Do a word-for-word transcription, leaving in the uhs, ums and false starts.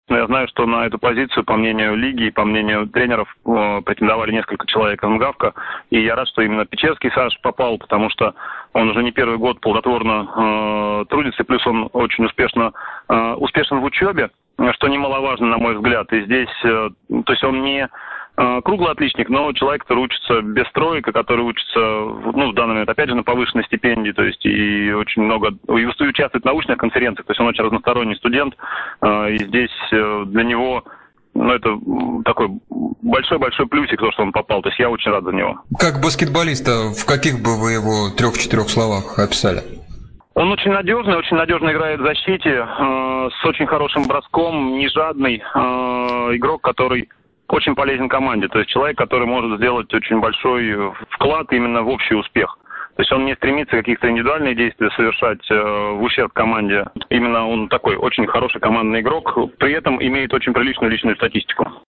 Я знаю, что на эту позицию, по мнению лиги и по мнению тренеров, претендовали несколько человек из МГАВКа. И я рад, что именно Печерский Саш попал, потому что он уже не первый год плодотворно э, трудится, плюс он очень успешно э, успешен в учебе, что немаловажно, на мой взгляд. И здесь, э, то есть он не э, круглый отличник, но человек, который учится без троек, который учится, ну, в данный момент, опять же, на повышенной стипендии, то есть и очень много, и участвует в научных конференциях, то есть он очень разносторонний студент, э, и здесь э, для него... Ну, это такой большой-большой плюсик, то, что он попал. То есть я очень рад за него. Как баскетболиста, в каких бы вы его трех-четырех словах описали? Он очень надежный, очень надежно играет в защите, э, с очень хорошим броском, не жадный, э, игрок, который очень полезен команде. То есть человек, который может сделать очень большой вклад именно в общий успех. То есть он не стремится каких-то индивидуальных действий совершать э, в ущерб команде. Именно он такой очень хороший командный игрок, при этом имеет очень приличную личную статистику.